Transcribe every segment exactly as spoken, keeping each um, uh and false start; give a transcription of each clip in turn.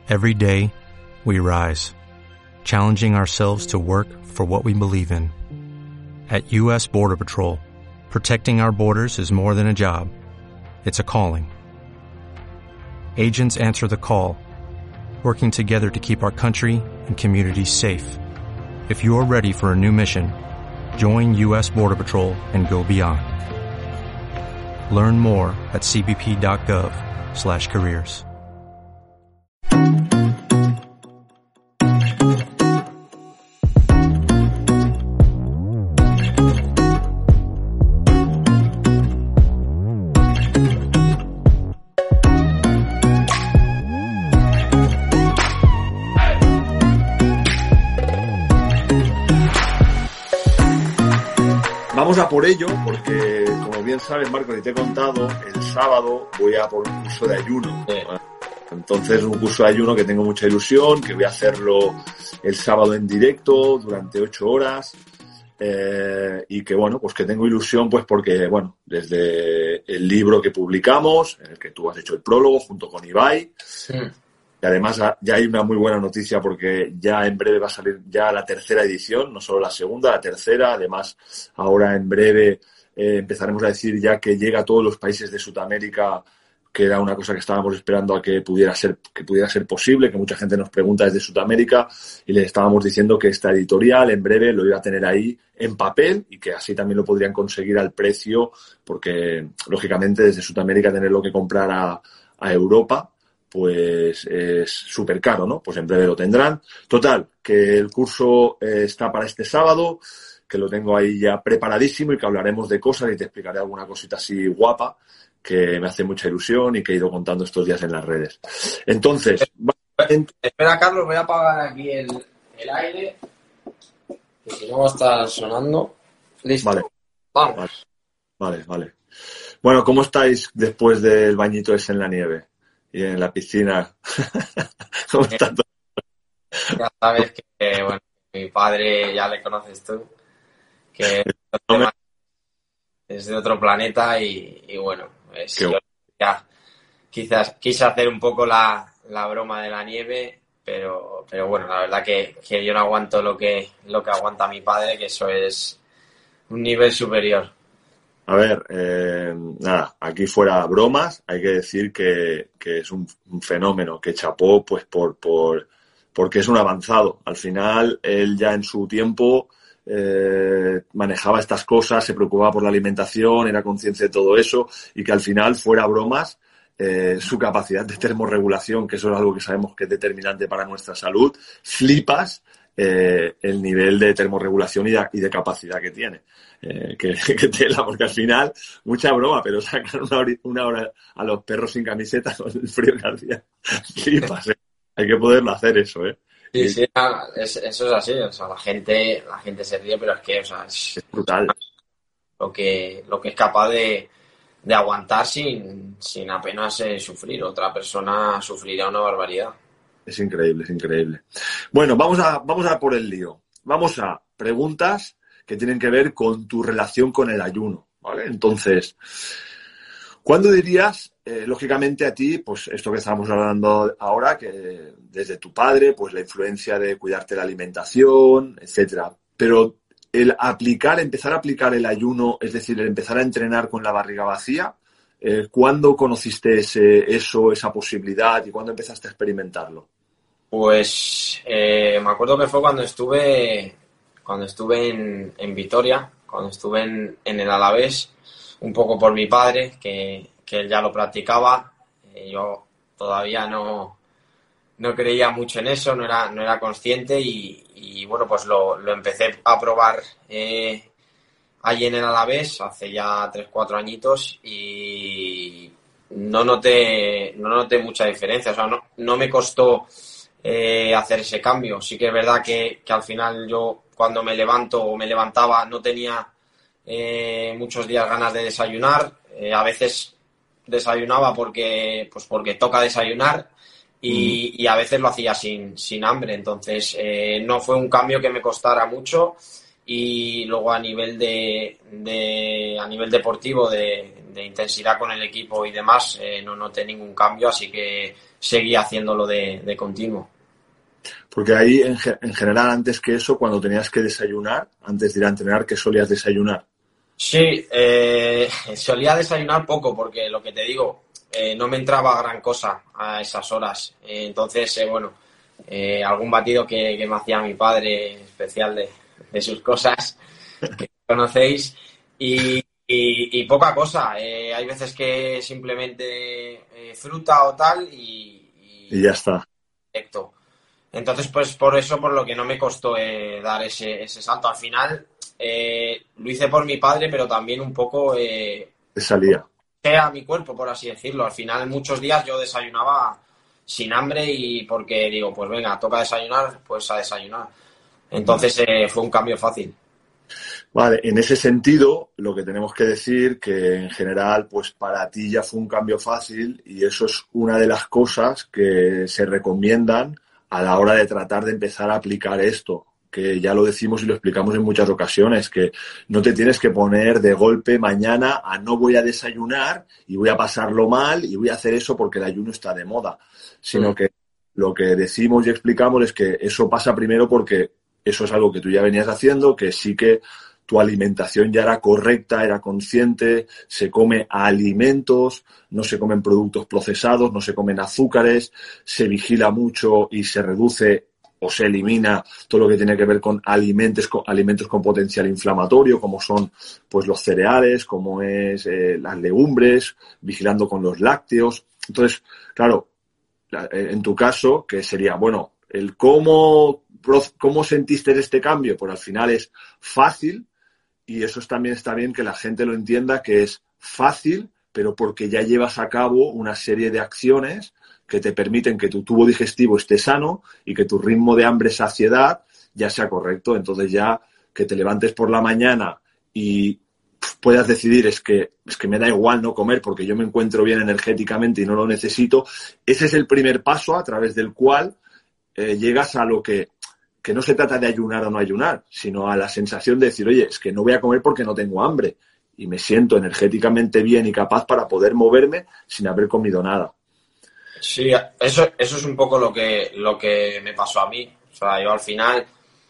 Every day, we rise, challenging ourselves to work for what we believe in. At U S Border Patrol, protecting our borders is more than a job. It's a calling. Agents answer the call, working together to keep our country and communities safe. If you're ready for a new mission, join U S Border Patrol and go beyond. Learn more at c b p dot gov slash careers. Vamos a por ello, porque como bien sabes, Marcos, y te he contado, el sábado voy a por un curso de ayuno. Sí. Entonces, un curso de ayuno que tengo mucha ilusión, que voy a hacerlo el sábado en directo durante ocho horas. Eh, y que bueno, pues que tengo ilusión, pues porque, bueno, desde el libro que publicamos, en el que tú has hecho el prólogo junto con Ibai, Sí. y además ya hay una muy buena noticia porque ya en breve va a salir ya la tercera edición, no solo la segunda, la tercera. Además, ahora en breve eh, empezaremos a decir ya que llega a todos los países de Sudamérica, que era una cosa que estábamos esperando a que pudiera ser, que pudiera ser posible, que mucha gente nos pregunta desde Sudamérica, y les estábamos diciendo que esta editorial en breve lo iba a tener ahí en papel y que así también lo podrían conseguir al precio, porque lógicamente desde Sudamérica tenerlo que comprar a, a Europa pues es súper caro, ¿no? Pues en breve lo tendrán. Total, que el curso eh, está para este sábado, que lo tengo ahí ya preparadísimo y que hablaremos de cosas y te explicaré alguna cosita así guapa que me hace mucha ilusión y que he ido contando estos días en las redes. Entonces, Espera, Carlos, voy a apagar aquí el, el aire, que si no va a estar sonando. Listo. Vale. Vamos. Vale, vale, vale. Bueno, ¿cómo estáis después del bañito ese en la nieve y en la piscina? ¿Cómo está todo? Ya sabes que, bueno, mi padre ya le conoces tú, que es de otro planeta y, y bueno, es, Qué yo ya quizás quise hacer un poco la, la broma de la nieve, pero, pero bueno, la verdad que, que yo no aguanto lo que, lo que aguanta mi padre, que eso es un nivel superior. A ver, eh, nada, aquí fuera bromas, hay que decir que, que es un, un fenómeno, que chapó pues por, por, porque es un avanzado. Al final, él ya en su tiempo eh, manejaba estas cosas, se preocupaba por la alimentación, era consciente de todo eso, y que al final, fuera bromas, eh, su capacidad de termorregulación, que eso es algo que sabemos que es determinante para nuestra salud, flipas eh, el nivel de termorregulación y de, y de capacidad que tiene. Eh, que, que tela, porque al final, mucha broma, pero sacar una hora, una hora a los perros sin camiseta con el frío que hacía, flipas, ¿eh? Hay que poderlo hacer eso, ¿eh? Sí, sí, es, eso es así, o sea, la gente, la gente se ríe, pero es que, o sea, es, Es brutal. lo que, lo que es capaz de, de aguantar sin, sin apenas eh, sufrir. Otra persona sufrirá una barbaridad. Es increíble, es increíble. Bueno, vamos a, vamos a por el lío. Vamos a preguntas que tienen que ver con tu relación con el ayuno, ¿vale? Entonces, ¿cuándo dirías, eh, lógicamente a ti, pues esto que estamos hablando ahora, que desde tu padre, pues la influencia de cuidarte la alimentación, etcétera, pero el aplicar, empezar a aplicar el ayuno, es decir, el empezar a entrenar con la barriga vacía, eh, ¿cuándo conociste ese, eso, esa posibilidad y cuándo empezaste a experimentarlo? Pues eh, me acuerdo que fue cuando estuve cuando estuve en, en Vitoria, cuando estuve en, en el Alavés, un poco por mi padre, que, que él ya lo practicaba. Eh, yo todavía no, no creía mucho en eso, no era, no era consciente y, y bueno, pues lo, lo empecé a probar eh, allí en el Alavés hace ya tres cuatro añitos y no noté, no noté mucha diferencia, o sea, no, no me costó eh, hacer ese cambio. Sí que es verdad que, que al final yo cuando me levanto o me levantaba no tenía eh, muchos días ganas de desayunar, eh, a veces desayunaba porque, pues porque toca desayunar y, mm. y a veces lo hacía sin, sin hambre, entonces eh, no fue un cambio que me costara mucho. Y luego a nivel de, de a nivel deportivo de, de intensidad con el equipo y demás eh, no noté ningún cambio, así que seguía haciéndolo de, de continuo. Porque ahí, en, en general, antes que eso, cuando tenías que desayunar, antes de ir a entrenar, ¿qué solías desayunar? Sí, eh, solía desayunar poco porque, lo que te digo, eh, no me entraba gran cosa a esas horas. Eh, entonces, eh, bueno, eh, algún batido que, que me hacía mi padre, especial de, de sus cosas, que conocéis, y, y, y poca cosa. Eh, hay veces que simplemente eh, fruta o tal y, y, y ya está. Perfecto. Entonces, pues por eso, por lo que no me costó eh, dar ese, ese salto. Al final, eh, lo hice por mi padre, pero también un poco... Eh, Te salía. A mi cuerpo, por así decirlo. Al final, muchos días yo desayunaba sin hambre y porque digo, pues venga, toca desayunar, pues a desayunar. Entonces eh, fue un cambio fácil. Vale, en ese sentido, lo que tenemos que decir que en general, pues para ti ya fue un cambio fácil y eso es una de las cosas que se recomiendan a la hora de tratar de empezar a aplicar esto, que ya lo decimos y lo explicamos en muchas ocasiones, que no te tienes que poner de golpe mañana a no voy a desayunar y voy a pasarlo mal y voy a hacer eso porque el ayuno está de moda, sino mm. que lo que decimos y explicamos es que eso pasa primero porque eso es algo que tú ya venías haciendo, que sí que tu alimentación ya era correcta, era consciente, se come alimentos, no se comen productos procesados, no se comen azúcares, se vigila mucho y se reduce o se elimina todo lo que tiene que ver con alimentos, con alimentos con potencial inflamatorio, como son pues los cereales, como es eh, las legumbres, vigilando con los lácteos. Entonces, claro, en tu caso, que sería, bueno, el cómo, cómo sentiste este cambio, pues al final es fácil. Y eso también está bien que la gente lo entienda, que es fácil, pero porque ya llevas a cabo una serie de acciones que te permiten que tu tubo digestivo esté sano y que tu ritmo de hambre-saciedad ya sea correcto. Entonces ya que te levantes por la mañana y puedas decidir es que, es que me da igual no comer porque yo me encuentro bien energéticamente y no lo necesito, ese es el primer paso a través del cual eh, llegas a lo que... que no se trata de ayunar o no ayunar, sino a la sensación de decir, oye, es que no voy a comer porque no tengo hambre y me siento energéticamente bien y capaz para poder moverme sin haber comido nada. Sí, eso, eso es un poco lo que, lo que me pasó a mí. O sea, yo al final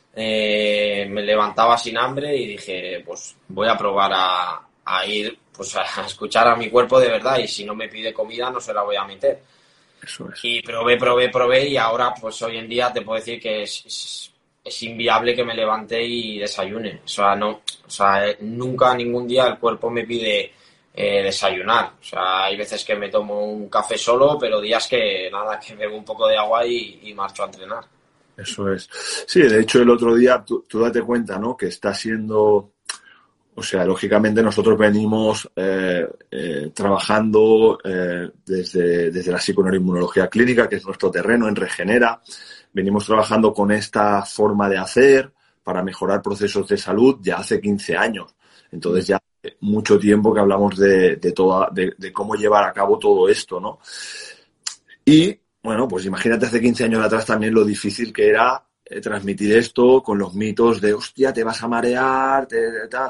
eh, me levantaba sin hambre y dije, pues voy a probar a, a ir pues a escuchar a mi cuerpo de verdad y si no me pide comida no se la voy a meter. Eso es. Y probé, probé, probé y ahora pues hoy en día te puedo decir que es, es, es inviable que me levante y desayune. O sea, no, o sea, nunca, ningún día el cuerpo me pide eh, desayunar. O sea, hay veces que me tomo un café solo, pero días que nada, que bebo un poco de agua y, y marcho a entrenar. Eso es. Sí, de hecho el otro día, tú, tú date cuenta, ¿no? Que está siendo... O sea, lógicamente nosotros venimos eh, eh, trabajando eh, desde, desde la psiconeuroinmunología clínica, que es nuestro terreno, en Regenera. Venimos trabajando con esta forma de hacer para mejorar procesos de salud ya hace quince años. Entonces ya hace mucho tiempo que hablamos de, de, toda, de, de cómo llevar a cabo todo esto, ¿no? Y, bueno, pues imagínate hace quince años atrás también lo difícil que era Eh, transmitir esto con los mitos de hostia, te vas a marear, te, te, te.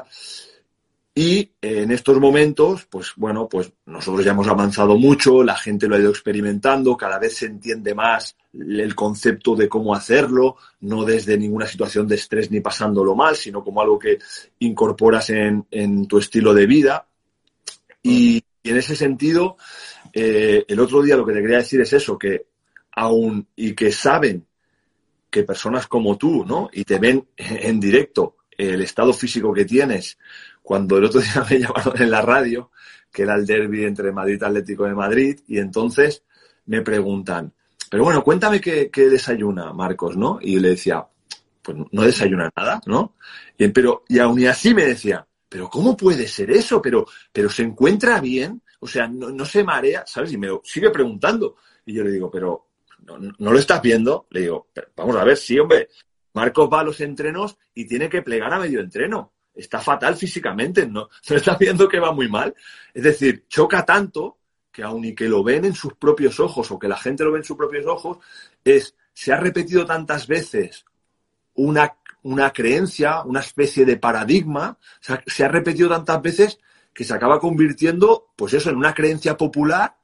Y eh, en estos momentos, pues bueno, pues nosotros ya hemos avanzado mucho, la gente lo ha ido experimentando, cada vez se entiende más el concepto de cómo hacerlo, no desde ninguna situación de estrés ni pasándolo mal, sino como algo que incorporas en, en tu estilo de vida. Y, y en ese sentido, eh, el otro día lo que te quería decir es eso, que aún y que saben que personas como tú, ¿no? Y te ven en directo el estado físico que tienes. Cuando el otro día me llamaron en la radio, que era el derbi entre Madrid y Atlético de Madrid, y entonces me preguntan, pero bueno, cuéntame qué, qué desayuna Marcos, ¿no? Y yo le decía, pues no desayuna nada, ¿no? Y, pero, y aún y así me decía, pero ¿cómo puede ser eso? Pero, pero se encuentra bien, o sea, no, no se marea, ¿sabes? Y me lo sigue preguntando. Y yo le digo, pero ¿No, ¿no lo estás viendo? Le digo, vamos a ver, sí, hombre, Marcos va a los entrenos y tiene que plegar a medio entreno. Está fatal físicamente, ¿no? ¿No estás viendo que va muy mal? Es decir, choca tanto que aun y que lo ven en sus propios ojos o que la gente lo ve en sus propios ojos, es, se ha repetido tantas veces una, una creencia, una especie de paradigma, o sea, se ha repetido tantas veces que se acaba convirtiendo, pues eso, en una creencia popular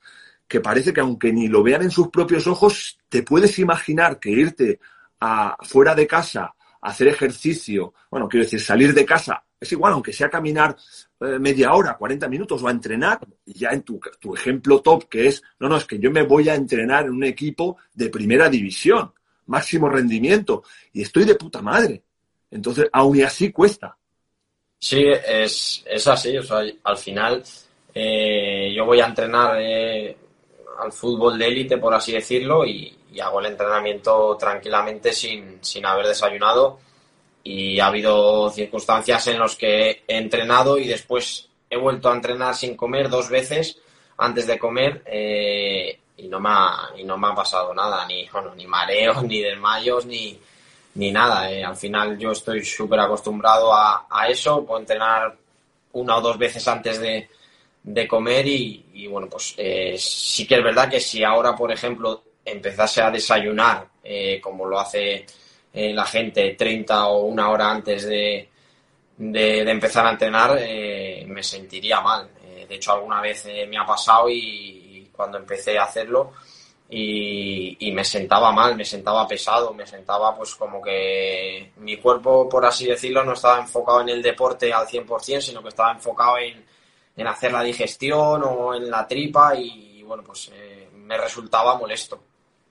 que parece que aunque ni lo vean en sus propios ojos, te puedes imaginar que irte a, fuera de casa a hacer ejercicio, bueno, quiero decir, salir de casa, es igual, aunque sea caminar eh, media hora, cuarenta minutos o a entrenar, y ya en tu, tu ejemplo top, que es, no, no, es que yo me voy a entrenar en un equipo de primera división, máximo rendimiento, y estoy de puta madre. Entonces, aún y así cuesta. Sí, es, es así, o sea, al final eh, yo voy a entrenar eh, al fútbol de élite, por así decirlo, y, y hago el entrenamiento tranquilamente sin, sin haber desayunado, y ha habido circunstancias en las que he entrenado y después he vuelto a entrenar sin comer dos veces antes de comer eh, y, no me ha, y no me ha pasado nada, ni, bueno, ni mareos, ni desmayos, ni, ni nada. Eh. Al final yo estoy súper acostumbrado a, a eso, puedo entrenar una o dos veces antes de, de comer y, y bueno, pues eh, sí que es verdad que si ahora, por ejemplo, empezase a desayunar eh, como lo hace eh, la gente treinta o una hora antes de, de, de empezar a entrenar, eh, me sentiría mal. Eh, de hecho, alguna vez eh, me ha pasado y, y cuando empecé a hacerlo y, y me sentaba mal, me sentaba pesado, me sentaba pues como que mi cuerpo, por así decirlo, no estaba enfocado en el deporte al cien por ciento, sino que estaba enfocado en, en hacer la digestión o en la tripa y, y bueno, pues eh, me resultaba molesto.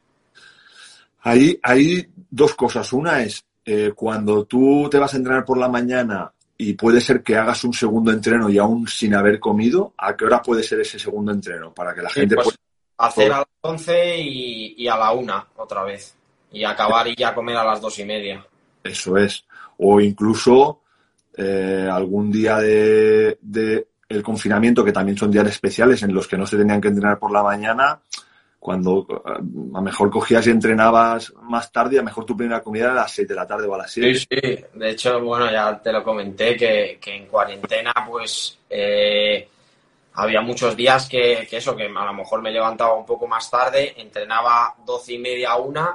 Ahí hay dos cosas. Una es eh, cuando tú te vas a entrenar por la mañana y puede ser que hagas un segundo entreno y aún sin haber comido, ¿a qué hora puede ser ese segundo entreno? Para que la sí, gente pues, pueda... hacer a las once y, y a la una otra vez. Y acabar y ya comer a las dos y media. Eso es. O incluso eh, algún día de, de el confinamiento, que también son días especiales en los que no se tenían que entrenar por la mañana, cuando a lo mejor cogías y entrenabas más tarde, a lo mejor tu primera comida era a las seis de la tarde o a las siete. Sí, sí. De hecho, bueno, ya te lo comenté, que, que en cuarentena, pues, eh, había muchos días que, que eso, que a lo mejor me levantaba un poco más tarde, entrenaba doce y media a una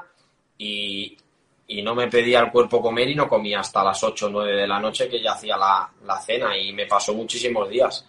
y, y no me pedía el cuerpo comer y no comía hasta las ocho o nueve de la noche, que ya hacía la, la cena, y me pasó muchísimos días.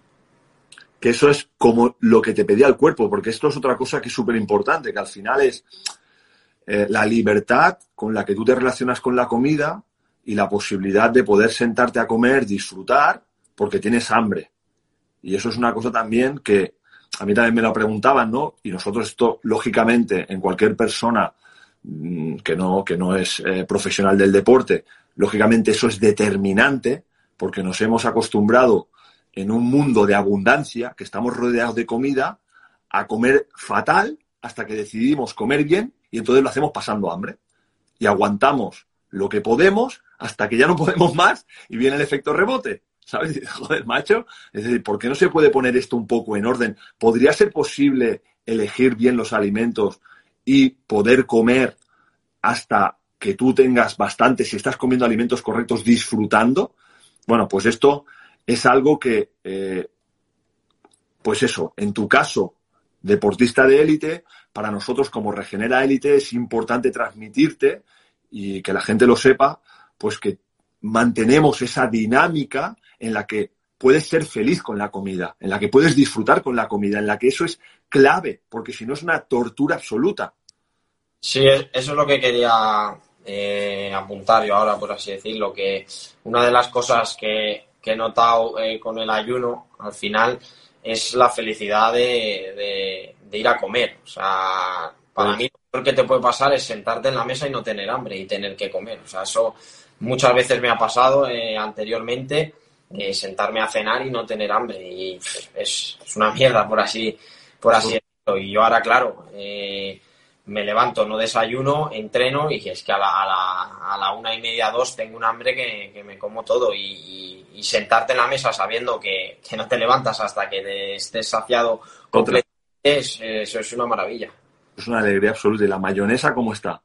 Que eso es como lo que te pedía el cuerpo, porque esto es otra cosa que es súper importante, que al final es eh, la libertad con la que tú te relacionas con la comida y la posibilidad de poder sentarte a comer, disfrutar, porque tienes hambre. Y eso es una cosa también que a mí también me lo preguntaban, ¿no? Y nosotros esto, lógicamente, en cualquier persona mmm, que no, que no es eh, profesional del deporte, lógicamente eso es determinante, porque nos hemos acostumbrado en un mundo de abundancia, que estamos rodeados de comida, a comer fatal hasta que decidimos comer bien y entonces lo hacemos pasando hambre. Y aguantamos lo que podemos hasta que ya no podemos más y viene el efecto rebote. ¿Sabes? Joder, macho. Es decir, ¿por qué no se puede poner esto un poco en orden? ¿Podría ser posible elegir bien los alimentos y poder comer hasta que tú tengas bastante, si estás comiendo alimentos correctos, disfrutando? Bueno, pues esto es algo que, eh, pues eso, en tu caso, deportista de élite, para nosotros como Regenera Élite es importante transmitirte y que la gente lo sepa, pues que mantenemos esa dinámica en la que puedes ser feliz con la comida, en la que puedes disfrutar con la comida, en la que eso es clave, porque si no es una tortura absoluta. Sí, eso es lo que quería eh, apuntar yo ahora, por así decirlo, que una de las cosas que que he notado eh, con el ayuno, al final, es la felicidad de, de, de ir a comer. O sea, para mí lo peor que te puede pasar es sentarte en la mesa y no tener hambre y tener que comer. O sea, eso muchas veces me ha pasado eh, anteriormente, eh, sentarme a cenar y no tener hambre. Y pff, es, es una mierda, por así, por así decirlo. Y yo ahora, claro, eh, me levanto, no desayuno, entreno y es que a la, a la, a la una y media, dos tengo un hambre que, que me como todo y, y, y sentarte en la mesa sabiendo que, que no te levantas hasta que te estés saciado completamente, es, eso es una maravilla. Es una alegría absoluta. ¿Y la mayonesa cómo está?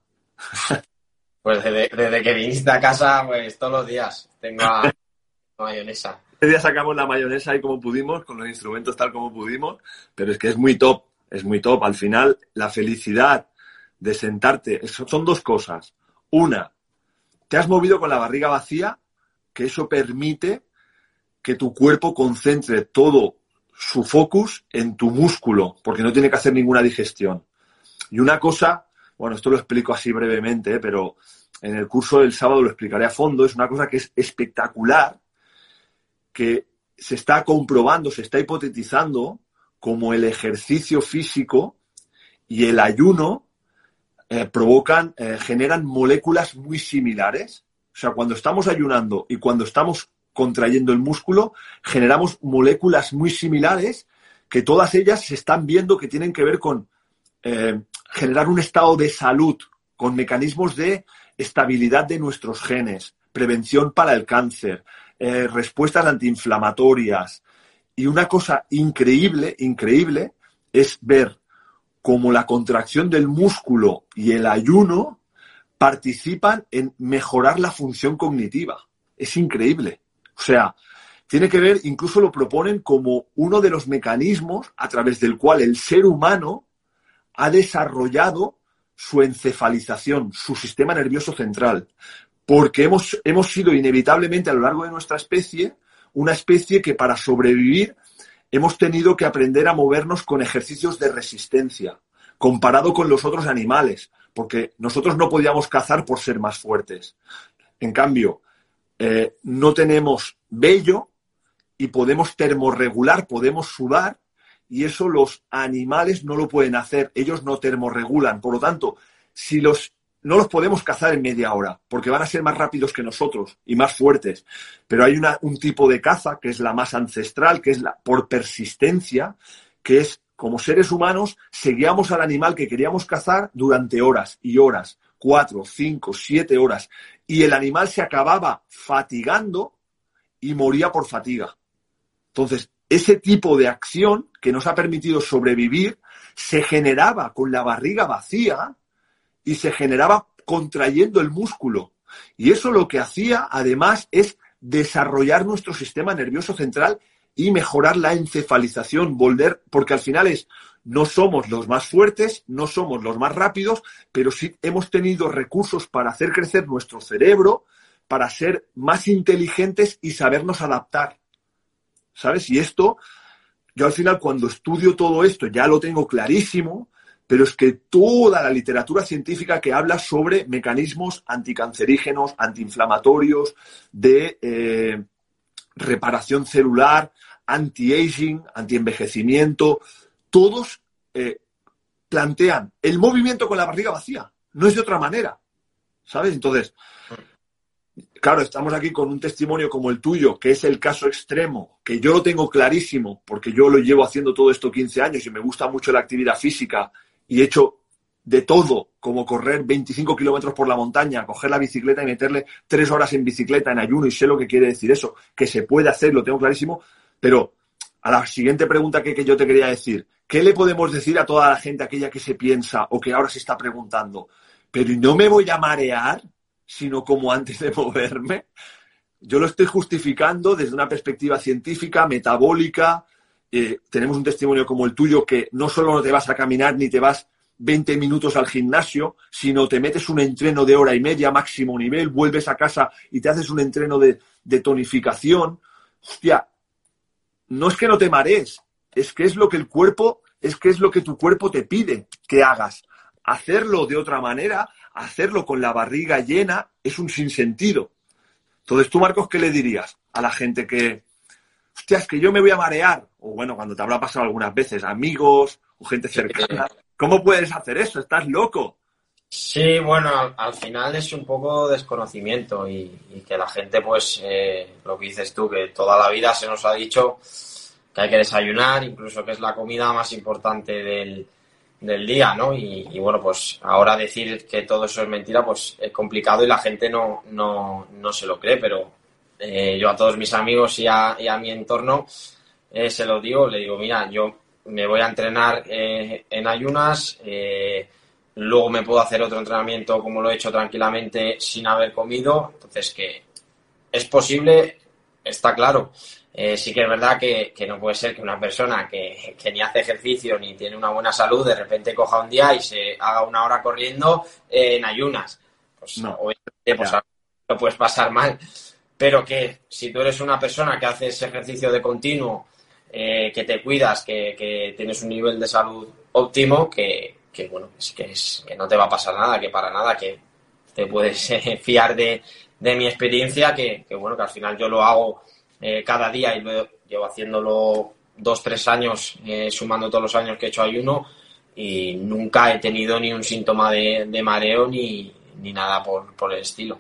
Pues desde, desde que viniste a casa, pues todos los días tengo a, a mayonesa. Este día sacamos la mayonesa ahí como pudimos, con los instrumentos tal como pudimos, pero es que es muy top. Es muy top. Al final, la felicidad de sentarte, son dos cosas. Una, te has movido con la barriga vacía, que eso permite que tu cuerpo concentre todo su focus en tu músculo, porque no tiene que hacer ninguna digestión. Y una cosa, bueno, esto lo explico así brevemente, ¿eh? Pero en el curso del sábado lo explicaré a fondo, es una cosa que es espectacular, que se está comprobando, se está hipotetizando como el ejercicio físico y el ayuno eh, provocan, eh, generan moléculas muy similares. O sea, cuando estamos ayunando y cuando estamos contrayendo el músculo, generamos moléculas muy similares que todas ellas se están viendo que tienen que ver con eh, generar un estado de salud, con mecanismos de estabilidad de nuestros genes, prevención para el cáncer, eh, respuestas antiinflamatorias. Y una cosa increíble, increíble, es ver cómo la contracción del músculo y el ayuno participan en mejorar la función cognitiva. Es increíble. O sea, tiene que ver, incluso lo proponen como uno de los mecanismos a través del cual el ser humano ha desarrollado su encefalización, su sistema nervioso central. Porque hemos, hemos sido inevitablemente a lo largo de nuestra especie una especie que para sobrevivir hemos tenido que aprender a movernos con ejercicios de resistencia, comparado con los otros animales, porque nosotros no podíamos cazar por ser más fuertes. En cambio, eh, no tenemos vello y podemos termorregular, podemos sudar, y eso los animales no lo pueden hacer, ellos no termorregulan. Por lo tanto, si los no los podemos cazar en media hora, porque van a ser más rápidos que nosotros y más fuertes. Pero hay una, un tipo de caza, que es la más ancestral, que es la por persistencia, que es, como seres humanos, seguíamos al animal que queríamos cazar durante horas y horas, cuatro, cinco, siete horas. Y el animal se acababa fatigando y moría por fatiga. Entonces, ese tipo de acción que nos ha permitido sobrevivir se generaba con la barriga vacía y se generaba contrayendo el músculo. Y eso lo que hacía, además, es desarrollar nuestro sistema nervioso central y mejorar la encefalización, volver, porque al final es, no somos los más fuertes, no somos los más rápidos, pero sí hemos tenido recursos para hacer crecer nuestro cerebro, para ser más inteligentes y sabernos adaptar. ¿Sabes? Y esto, yo al final cuando estudio todo esto ya lo tengo clarísimo, pero es que toda la literatura científica que habla sobre mecanismos anticancerígenos, antiinflamatorios, de eh, reparación celular, anti-aging, anti-envejecimiento, todos eh, plantean el movimiento con la barriga vacía. No es de otra manera, ¿sabes? Entonces, claro, estamos aquí con un testimonio como el tuyo, que es el caso extremo, que yo lo tengo clarísimo, porque yo lo llevo haciendo todo esto quince años y me gusta mucho la actividad física y he hecho de todo, como correr veinticinco kilómetros por la montaña, coger la bicicleta y meterle tres horas en bicicleta en ayuno, y sé lo que quiere decir eso, que se puede hacer, lo tengo clarísimo, pero a la siguiente pregunta que, que yo te quería decir, ¿qué le podemos decir a toda la gente, aquella que se piensa o que ahora se está preguntando, pero no me voy a marear, sino como antes de moverme? Yo lo estoy justificando desde una perspectiva científica, metabólica. Eh, tenemos un testimonio como el tuyo que no solo no te vas a caminar ni te vas veinte minutos al gimnasio, sino te metes un entreno de hora y media, máximo nivel, vuelves a casa y te haces un entreno de, de tonificación. Hostia, no es que no te marees, es que es lo que el cuerpo, es que es lo que tu cuerpo te pide que hagas. Hacerlo de otra manera, hacerlo con la barriga llena, es un sinsentido. Entonces, tú, Marcos, ¿qué le dirías a la gente que, hostia, es que yo me voy a marear? O bueno, cuando te habrá pasado algunas veces, amigos o gente cercana. ¿Cómo puedes hacer eso? ¿Estás loco? Sí, bueno, al, al final es un poco desconocimiento y, y que la gente, pues, eh, lo que dices tú, que toda la vida se nos ha dicho que hay que desayunar, incluso que es la comida más importante del, del día, ¿no? Y, y bueno, pues ahora decir que todo eso es mentira, pues es complicado y la gente no, no, no se lo cree, pero eh, yo a todos mis amigos y a, y a mi entorno eh, se lo digo, le digo, mira, yo me voy a entrenar eh, en ayunas, eh, luego me puedo hacer otro entrenamiento como lo he hecho tranquilamente sin haber comido, entonces que es posible, está claro. Eh, sí que es verdad que, que no puede ser que una persona que, que ni hace ejercicio ni tiene una buena salud de repente coja un día y se haga una hora corriendo eh, en ayunas. Pues no, obviamente pues, lo puedes pasar mal, pero que si tú eres una persona que hace ese ejercicio de continuo eh, que te cuidas, que, que tienes un nivel de salud óptimo, que, que bueno, es que, es, que no te va a pasar nada, que para nada, que te puedes eh, fiar de, de mi experiencia, que, que bueno, que al final yo lo hago eh, cada día y lo llevo haciéndolo dos, tres años, eh, sumando todos los años que he hecho ayuno, y nunca he tenido ni un síntoma de, de mareo ni, ni nada por, por el estilo.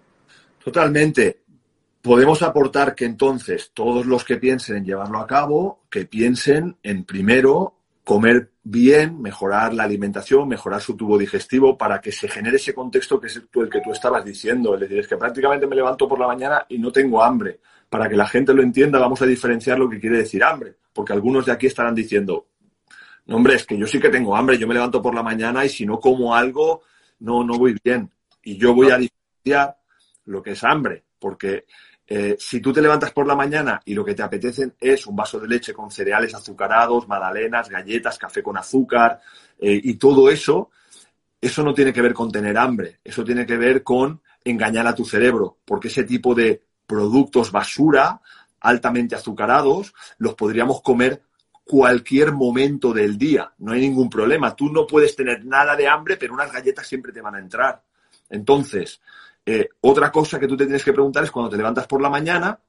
Totalmente. Podemos aportar que entonces todos los que piensen en llevarlo a cabo, que piensen en primero comer bien, mejorar la alimentación, mejorar su tubo digestivo para que se genere ese contexto que es el que tú estabas diciendo. Es decir, es que prácticamente me levanto por la mañana y no tengo hambre. Para que la gente lo entienda, vamos a diferenciar lo que quiere decir hambre. Porque algunos de aquí estarán diciendo, no, hombre, es que yo sí que tengo hambre, yo me levanto por la mañana y si no como algo, no, no voy bien. Y yo voy a diferenciar lo que es hambre, porque eh, si tú te levantas por la mañana y lo que te apetece es un vaso de leche con cereales azucarados, magdalenas, galletas, café con azúcar eh, y todo eso, eso no tiene que ver con tener hambre, eso tiene que ver con engañar a tu cerebro, porque ese tipo de productos basura altamente azucarados los podríamos comer cualquier momento del día, no hay ningún problema. Tú no puedes tener nada de hambre, pero unas galletas siempre te van a entrar. Entonces, eh, otra cosa que tú te tienes que preguntar es cuando te levantas por la mañana,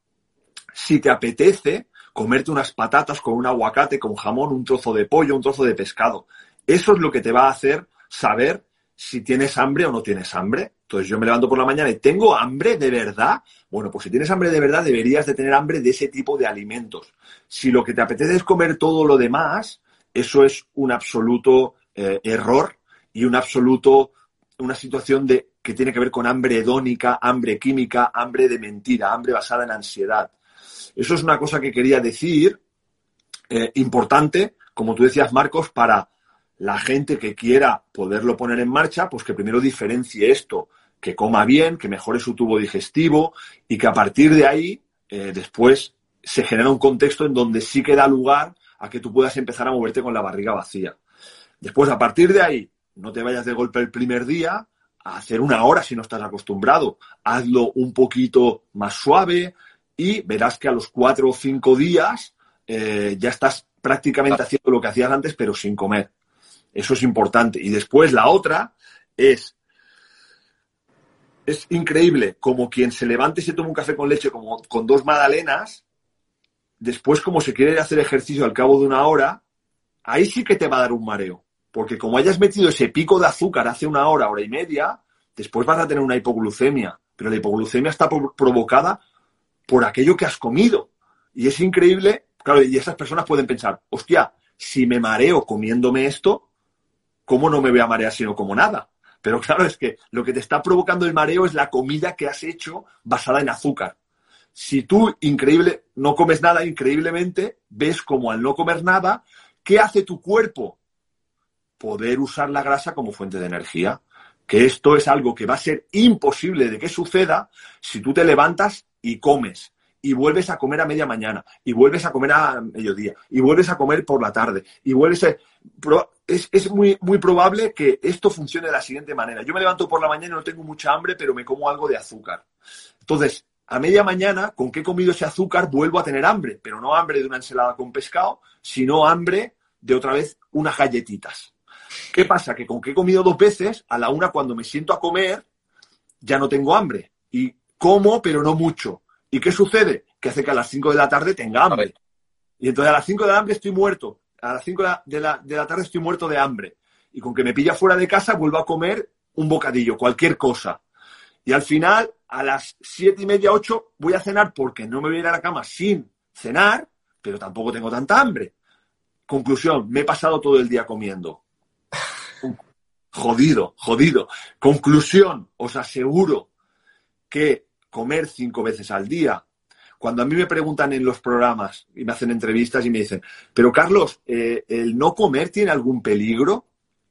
si te apetece comerte unas patatas con un aguacate, con jamón, un trozo de pollo, un trozo de pescado. Eso es lo que te va a hacer saber si tienes hambre o no tienes hambre. Entonces yo me levanto por la mañana y ¿tengo hambre de verdad? Bueno, pues si tienes hambre de verdad deberías de tener hambre de ese tipo de alimentos. Si lo que te apetece es comer todo lo demás, eso es un absoluto eh, error y un absoluto, una situación de, que tiene que ver con hambre hedónica, hambre química, hambre de mentira, hambre basada en ansiedad. Eso es una cosa que quería decir, eh, importante, como tú decías, Marcos, para la gente que quiera poderlo poner en marcha, pues que primero diferencie esto, que coma bien, que mejore su tubo digestivo y que a partir de ahí, eh, después se genera un contexto en donde sí que da lugar a que tú puedas empezar a moverte con la barriga vacía. Después, a partir de ahí, no te vayas de golpe el primer día a hacer una hora si no estás acostumbrado. Hazlo un poquito más suave y verás que a los cuatro o cinco días eh, ya estás prácticamente haciendo lo que hacías antes, pero sin comer. Eso es importante. Y después la otra es, es increíble como quien se levante y se toma un café con leche como, con dos magdalenas, después como se quiere hacer ejercicio al cabo de una hora, ahí sí que te va a dar un mareo. Porque como hayas metido ese pico de azúcar hace una hora, hora y media, después vas a tener una hipoglucemia. Pero la hipoglucemia está provocada por aquello que has comido. Y es increíble, claro, y esas personas pueden pensar, hostia, si me mareo comiéndome esto, ¿cómo no me voy a marear si no como nada? Pero claro, es que lo que te está provocando el mareo es la comida que has hecho basada en azúcar. Si tú, increíble, no comes nada, increíblemente, ves como al no comer nada, ¿qué hace tu cuerpo? Poder usar la grasa como fuente de energía. Que esto es algo que va a ser imposible de que suceda si tú te levantas y comes. Y vuelves a comer a media mañana, y vuelves a comer a mediodía, y vuelves a comer por la tarde, y vuelves a... Es, es muy, muy probable que esto funcione de la siguiente manera. Yo me levanto por la mañana y no tengo mucha hambre, pero me como algo de azúcar. Entonces, a media mañana, con que he comido ese azúcar, vuelvo a tener hambre, pero no hambre de una ensalada con pescado, sino hambre de otra vez unas galletitas. ¿Qué pasa? Que con que he comido dos veces, a la una cuando me siento a comer, ya no tengo hambre. Y como, pero no mucho. ¿Y qué sucede? Que hace que a las cinco de la tarde tenga hambre. Y entonces a las cinco de la hambre estoy muerto. A las cinco de la, de la tarde estoy muerto de hambre. Y con que me pilla fuera de casa vuelvo a comer un bocadillo, cualquier cosa. Y al final, a las siete y media, ocho, voy a cenar porque no me voy a ir a la cama sin cenar, pero tampoco tengo tanta hambre. Conclusión, me he pasado todo el día comiendo. Jodido, jodido. Conclusión, os aseguro que comer cinco veces al día. Cuando a mí me preguntan en los programas y me hacen entrevistas y me dicen, pero Carlos, eh, ¿el no comer tiene algún peligro?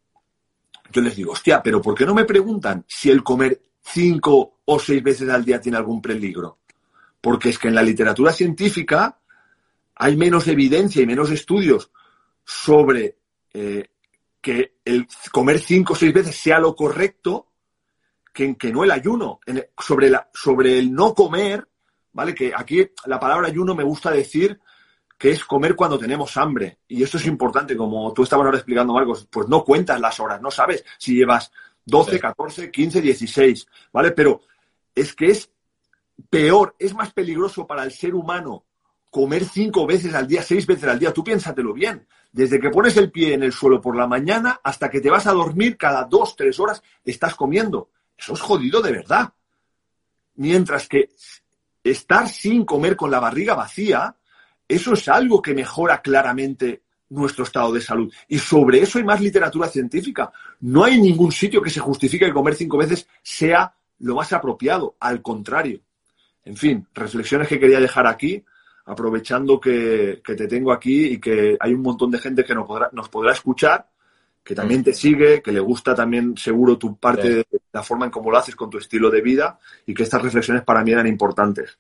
Yo les digo, hostia, pero ¿por qué no me preguntan si el comer cinco o seis veces al día tiene algún peligro? Porque es que en la literatura científica hay menos evidencia y menos estudios sobre eh, que el comer cinco o seis veces sea lo correcto que, que no el ayuno. En el, sobre, la, sobre el no comer, ¿vale? Que aquí la palabra ayuno me gusta decir que es comer cuando tenemos hambre. Y esto es importante, como tú estabas ahora explicando, Marcos, pues no cuentas las horas, no sabes si llevas doce, sí. catorce, quince, dieciséis, ¿vale? Pero es que es peor, es más peligroso para el ser humano comer cinco veces al día, seis veces al día. Tú piénsatelo bien. Desde que pones el pie en el suelo por la mañana hasta que te vas a dormir, cada dos, tres horas estás comiendo. Eso es jodido de verdad. Mientras que estar sin comer con la barriga vacía, eso es algo que mejora claramente nuestro estado de salud. Y sobre eso hay más literatura científica. No hay ningún sitio que se justifique que comer cinco veces sea lo más apropiado. Al contrario. En fin, reflexiones que quería dejar aquí, aprovechando que, que te tengo aquí y que hay un montón de gente que nos podrá, nos podrá escuchar, que también te sigue, que le gusta también seguro tu parte, sí. de la forma en cómo lo haces con tu estilo de vida, y que estas reflexiones para mí eran importantes.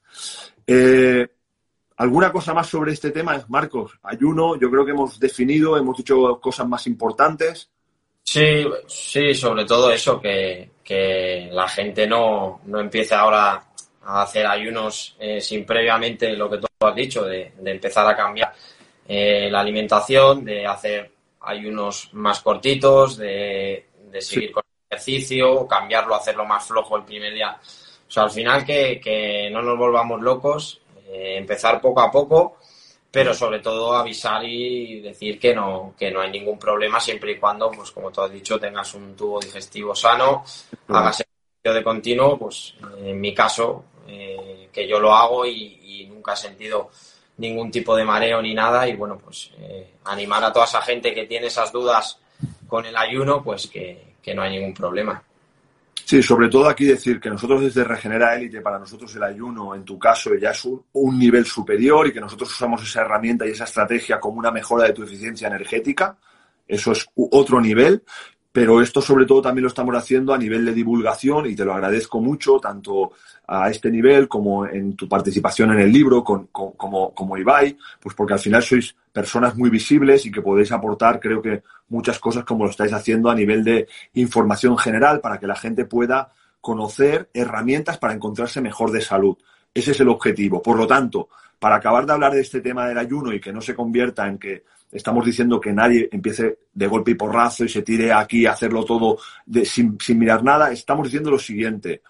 Eh, ¿Alguna cosa más sobre este tema, Marcos? Ayuno, yo creo que hemos definido, hemos dicho cosas más importantes. Sí, sí, sobre todo eso, que, que la gente no, no empiece ahora a hacer ayunos eh, sin previamente lo que tú has dicho, de, de empezar a cambiar eh, la alimentación, de hacer ayunos más cortitos, de, de seguir sí. con el ejercicio, cambiarlo, hacerlo más flojo el primer día. O sea, al final que, que no nos volvamos locos, eh, empezar poco a poco, pero sobre todo avisar y decir que no, que no hay ningún problema siempre y cuando, pues como tú has dicho, tengas un tubo digestivo sano, uh-huh. hagas ejercicio de continuo, pues en mi caso, eh, que yo lo hago y, y nunca he sentido ningún tipo de mareo ni nada, y bueno, pues eh, animar a toda esa gente que tiene esas dudas con el ayuno, pues que, que no hay ningún problema. Sí, sobre todo aquí decir que nosotros desde Regenera Élite, para nosotros el ayuno, en tu caso, ya es un, un nivel superior, y que nosotros usamos esa herramienta y esa estrategia como una mejora de tu eficiencia energética. Eso es otro nivel, pero esto sobre todo también lo estamos haciendo a nivel de divulgación, y te lo agradezco mucho, tanto a este nivel como en tu participación en el libro con, con, como, como Ibai, pues porque al final sois personas muy visibles y que podéis aportar, creo que, muchas cosas como lo estáis haciendo a nivel de información general para que la gente pueda conocer herramientas para encontrarse mejor de salud. Ese es el objetivo. Por lo tanto, para acabar de hablar de este tema del ayuno y que no se convierta en que estamos diciendo que nadie empiece de golpe y porrazo y se tire aquí a hacerlo todo de, sin, sin mirar nada, estamos diciendo lo siguiente.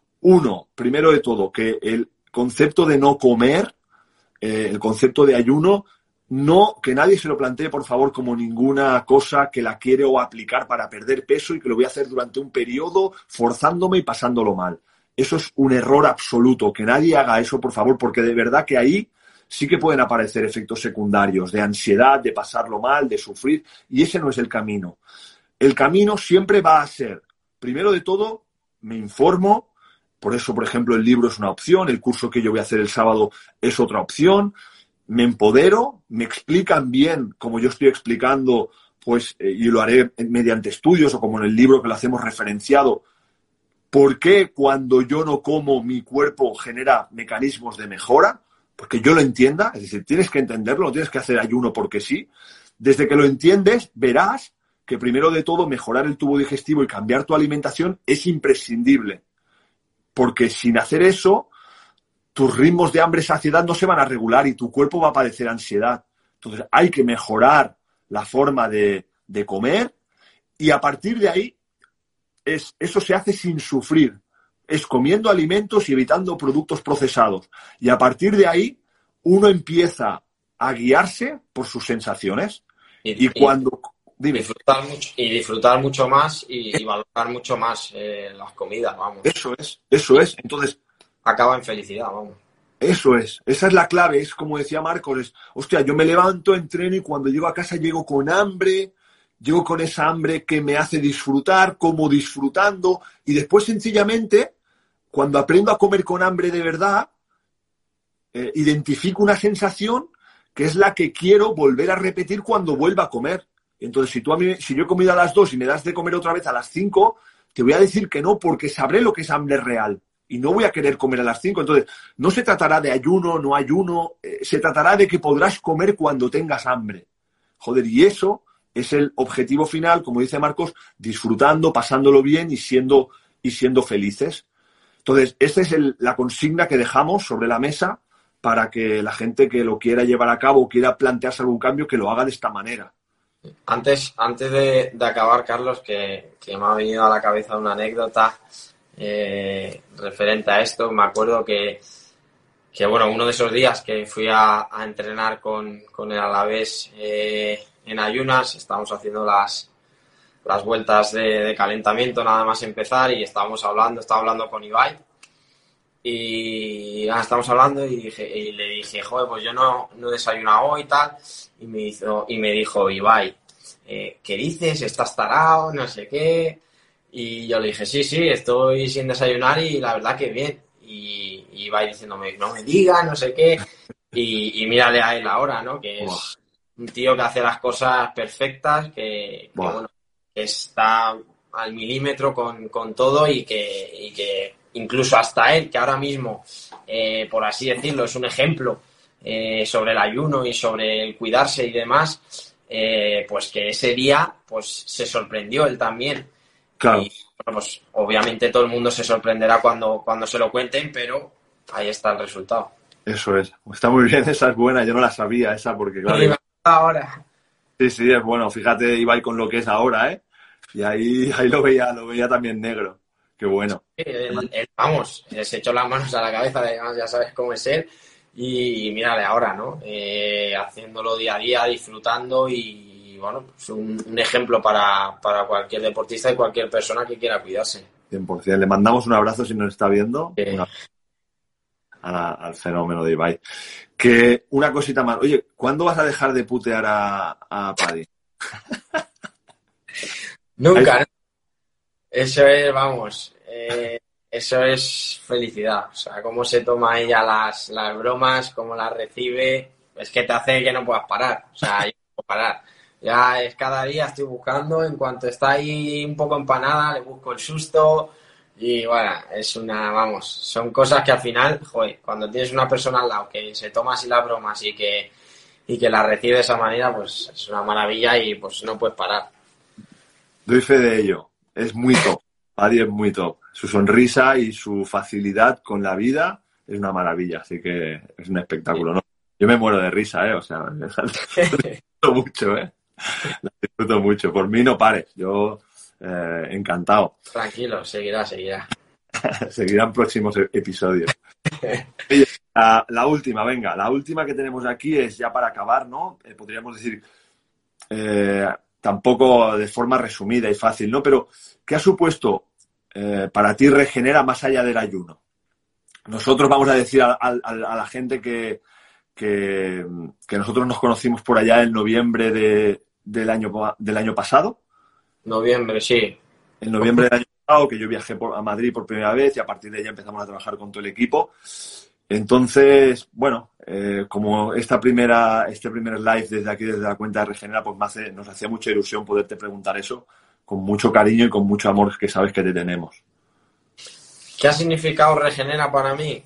Uno, primero de todo, que el concepto de no comer, eh, el concepto de ayuno, no, que nadie se lo plantee, por favor, como ninguna cosa que la quiere o aplicar para perder peso y que lo voy a hacer durante un periodo forzándome y pasándolo mal. Eso es un error absoluto. Que nadie haga eso, por favor, porque de verdad que ahí sí que pueden aparecer efectos secundarios de ansiedad, de pasarlo mal, de sufrir, y ese no es el camino. El camino siempre va a ser, primero de todo, me informo. Por eso, por ejemplo, el libro es una opción, el curso que yo voy a hacer el sábado es otra opción. Me empodero, me explican bien, como yo estoy explicando, pues, eh, y lo haré mediante estudios o como en el libro que lo hacemos referenciado, por qué cuando yo no como mi cuerpo genera mecanismos de mejora, porque yo lo entienda, es decir, tienes que entenderlo, no tienes que hacer ayuno porque sí. Desde que lo entiendes, verás que primero de todo mejorar el tubo digestivo y cambiar tu alimentación es imprescindible, porque sin hacer eso, tus ritmos de hambre-saciedad no se van a regular y tu cuerpo va a padecer ansiedad. Entonces hay que mejorar la forma de, de comer, y a partir de ahí es, eso se hace sin sufrir. Es comiendo alimentos y evitando productos procesados. Y a partir de ahí uno empieza a guiarse por sus sensaciones. Y, y cuando... Dime. Disfrutar mucho, y disfrutar mucho más y, y valorar mucho más eh, las comidas, vamos. Eso es, eso es. Entonces... acaba en felicidad, vamos. Eso es, esa es la clave, es como decía Marcos, es, hostia, yo me levanto, entreno y cuando llego a casa llego con hambre, llego con esa hambre que me hace disfrutar, como disfrutando, y después sencillamente, cuando aprendo a comer con hambre de verdad, eh, identifico una sensación que es la que quiero volver a repetir cuando vuelva a comer. Entonces, si tú a mí, si yo he comido a las dos y me das de comer otra vez a las cinco, te voy a decir que no, porque sabré lo que es hambre real. Y no voy a querer comer a las cinco. Entonces, no se tratará de ayuno, no ayuno. Eh, se tratará de que podrás comer cuando tengas hambre. Joder, y eso es el objetivo final, como dice Marcos, disfrutando, pasándolo bien y siendo, y siendo felices. Entonces, esta es el, la consigna que dejamos sobre la mesa para que la gente que lo quiera llevar a cabo o quiera plantearse algún cambio, que lo haga de esta manera. Antes, antes de, de acabar, Carlos, que, que me ha venido a la cabeza una anécdota eh, referente a esto. Me acuerdo que, que, bueno, uno de esos días que fui a, a entrenar con, con el Alavés eh, en ayunas, estábamos haciendo las, las vueltas de, de calentamiento nada más empezar y estábamos hablando, estaba hablando con Ibai y ah, estábamos hablando y, dije, y le dije, joder, pues yo no, no he desayunado hoy y tal. Y me, hizo, y me dijo, Ibai, eh, ¿qué dices? ¿Estás tarao? No sé qué. Y yo le dije, sí, sí, estoy sin desayunar y la verdad que bien. Y, y Ibai diciéndome, no me digas, no sé qué. Y, y mírale a él ahora, ¿no? Que es wow. Un tío que hace las cosas perfectas, que, wow. que bueno, que está al milímetro con, con todo y que, y que incluso hasta él, que ahora mismo, eh, por así decirlo, es un ejemplo Eh, sobre el ayuno y sobre el cuidarse y demás, eh, pues que ese día pues se sorprendió él también. Claro. Y bueno, pues obviamente todo el mundo se sorprenderá cuando, cuando se lo cuenten, pero ahí está el resultado. Eso es. Está muy bien, esa es buena, yo no la sabía esa porque claro. Sí, ahora. Sí, sí, es bueno. Fíjate, Ibai con lo que es ahora, ¿eh? Y ahí, ahí lo veía, lo veía también negro. Qué bueno. Sí, él, él, vamos, se echó las manos a la cabeza, además ya sabes cómo es él. Y, y mírale ahora, ¿no? Eh, haciéndolo día a día, disfrutando y, y bueno, pues un, un ejemplo para, para cualquier deportista y cualquier persona que quiera cuidarse. cien por ciento. Le mandamos un abrazo si nos está viendo. Eh. Una... A, al fenómeno de Ibai. Que una cosita más. Oye, ¿cuándo vas a dejar de putear a, a Paddy? Nunca, ¿no? Eso es, vamos... Eh... Eso es felicidad, o sea, cómo se toma ella las, las bromas, cómo las recibe, es que te hace que no puedas parar, o sea, yo no puedo parar. Ya es cada día estoy buscando, en cuanto está ahí un poco empanada, le busco el susto y bueno, es una, vamos, son cosas que al final, joder, cuando tienes una persona al lado que se toma así las bromas y que, y que las recibe de esa manera, pues es una maravilla y pues no puedes parar. Doy fe de ello, es muy top. Paddy es muy top. Su sonrisa y su facilidad con la vida es una maravilla, así que es un espectáculo, ¿no? Yo me muero de risa, ¿eh? O sea, me disfruto mucho, ¿eh? La disfruto mucho. Por mí no pares, yo eh, encantado. Tranquilo, seguirá, seguirá. Seguirán próximos episodios. Oye, la, la última, venga, la última que tenemos aquí es ya para acabar, ¿no? Eh, podríamos decir, eh, tampoco de forma resumida y fácil, ¿no? Pero, ¿qué ha supuesto eh, para ti Regenera más allá del ayuno? Nosotros vamos a decir a, a, a la gente que, que, que nosotros nos conocimos por allá en noviembre de, del, año, del año pasado. Noviembre, sí. En noviembre del año pasado, que yo viajé por, a Madrid por primera vez y a partir de ahí empezamos a trabajar con todo el equipo. Entonces, bueno, eh, como esta primera, este primer live desde aquí, desde la cuenta de Regenera, pues me hace, nos hacía mucha ilusión poderte preguntar eso con mucho cariño y con mucho amor que sabes que te tenemos. ¿Qué ha significado Regenera para mí?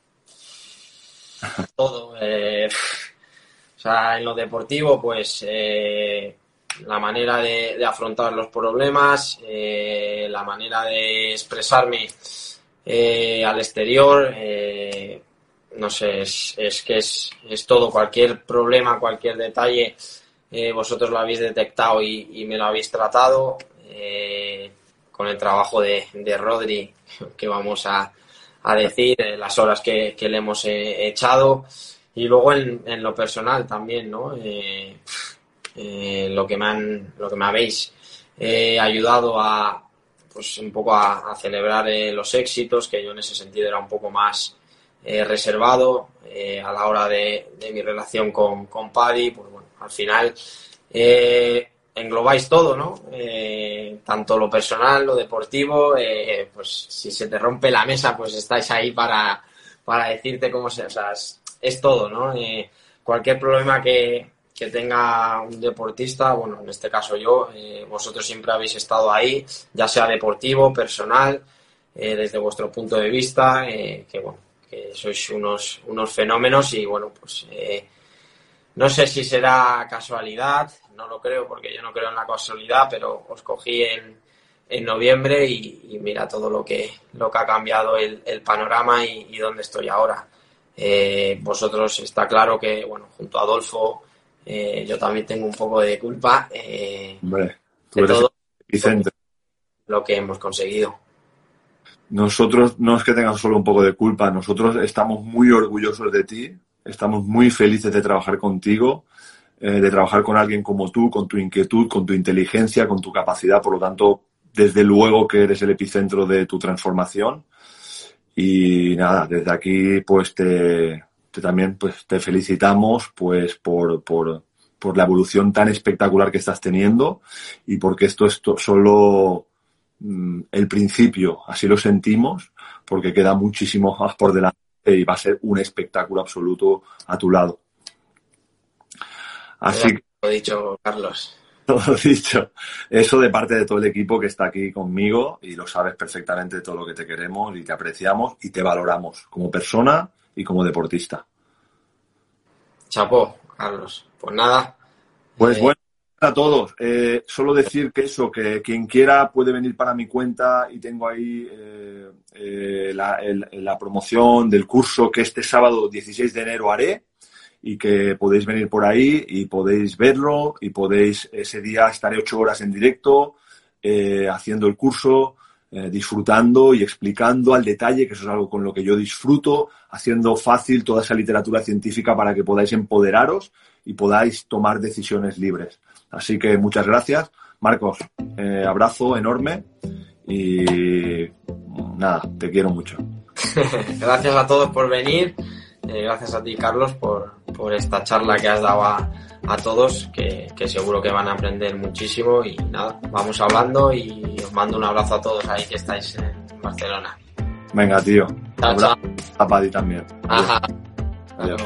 Todo. Eh, o sea, en lo deportivo, pues eh, la manera de, de afrontar los problemas, eh, la manera de expresarme eh, al exterior, eh, no sé, es, es que es, es todo, cualquier problema, cualquier detalle, eh, vosotros lo habéis detectado y, y me lo habéis tratado, eh, con el trabajo de, de Rodri, que vamos a, a decir, eh, las horas que, que le hemos eh, echado, y luego en, en lo personal también, ¿no? Eh, eh, lo que me han, lo que me habéis eh, ayudado a, pues un poco a, a celebrar eh, los éxitos, que yo en ese sentido era un poco más eh, reservado eh, a la hora de, de mi relación con, con Paddy. Pues bueno, al final eh, englobáis todo, ¿no? Eh, tanto lo personal, lo deportivo, eh, pues si se te rompe la mesa, pues estáis ahí para, para decirte cómo se... O sea, es, es todo, ¿no? Eh, cualquier problema que, que tenga un deportista, bueno, en este caso yo, eh, vosotros siempre habéis estado ahí, ya sea deportivo, personal, eh, desde vuestro punto de vista, eh, que bueno, que sois unos, unos fenómenos y bueno, pues eh, no sé si será casualidad, no lo creo porque yo no creo en la casualidad, pero os cogí en, en noviembre y, y mira todo lo que, lo que ha cambiado el, el panorama y, y dónde estoy ahora. Eh, vosotros está claro que, bueno, junto a Adolfo, eh, yo también tengo un poco de culpa eh, Hombre, tú de eres todo Vicente. lo que hemos conseguido. Nosotros no es que tengas solo un poco de culpa, nosotros estamos muy orgullosos de ti, estamos muy felices de trabajar contigo, eh, de trabajar con alguien como tú, con tu inquietud, con tu inteligencia, con tu capacidad, por lo tanto, desde luego que eres el epicentro de tu transformación. Y nada, desde aquí pues te, te también pues te felicitamos pues por, por, por la evolución tan espectacular que estás teniendo y porque esto es to- solo mm, el principio, así lo sentimos, porque queda muchísimo más por delante y va a ser un espectáculo absoluto a tu lado. Así que Lo dicho, Carlos. todo dicho, eso de parte de todo el equipo que está aquí conmigo y lo sabes perfectamente todo lo que te queremos y te apreciamos y te valoramos como persona y como deportista. Chapó, Carlos. Pues nada. Pues eh, bueno, a todos. Eh, solo decir que eso, que quien quiera puede venir para mi cuenta y tengo ahí eh, eh, la, el- la promoción del curso que este sábado dieciséis de enero haré y que podéis venir por ahí y podéis verlo y podéis, ese día estaré ocho horas en directo eh, haciendo el curso, eh, disfrutando y explicando al detalle, que eso es algo con lo que yo disfruto, haciendo fácil toda esa literatura científica para que podáis empoderaros y podáis tomar decisiones libres. Así que muchas gracias. Marcos, eh, abrazo enorme y nada, te quiero mucho. Gracias a todos por venir. Eh, gracias a ti, Carlos, por, por esta charla que has dado a, a todos, que, que seguro que van a aprender muchísimo. Y nada, vamos hablando y os mando un abrazo a todos ahí que estáis en Barcelona. Venga, tío. Chao, Abrazo chao. a Paddy también. Ajá. Adiós.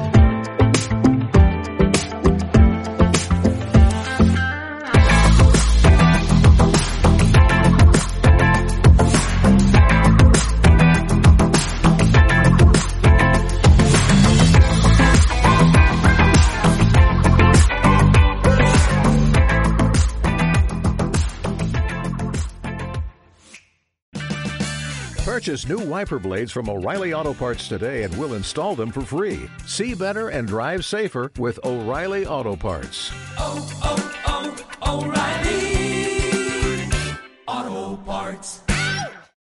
Purchase new wiper blades from O'Reilly Auto Parts today and we'll install them for free. See better and drive safer with O'Reilly Auto Parts. oh, oh, oh, O'Reilly Auto Parts.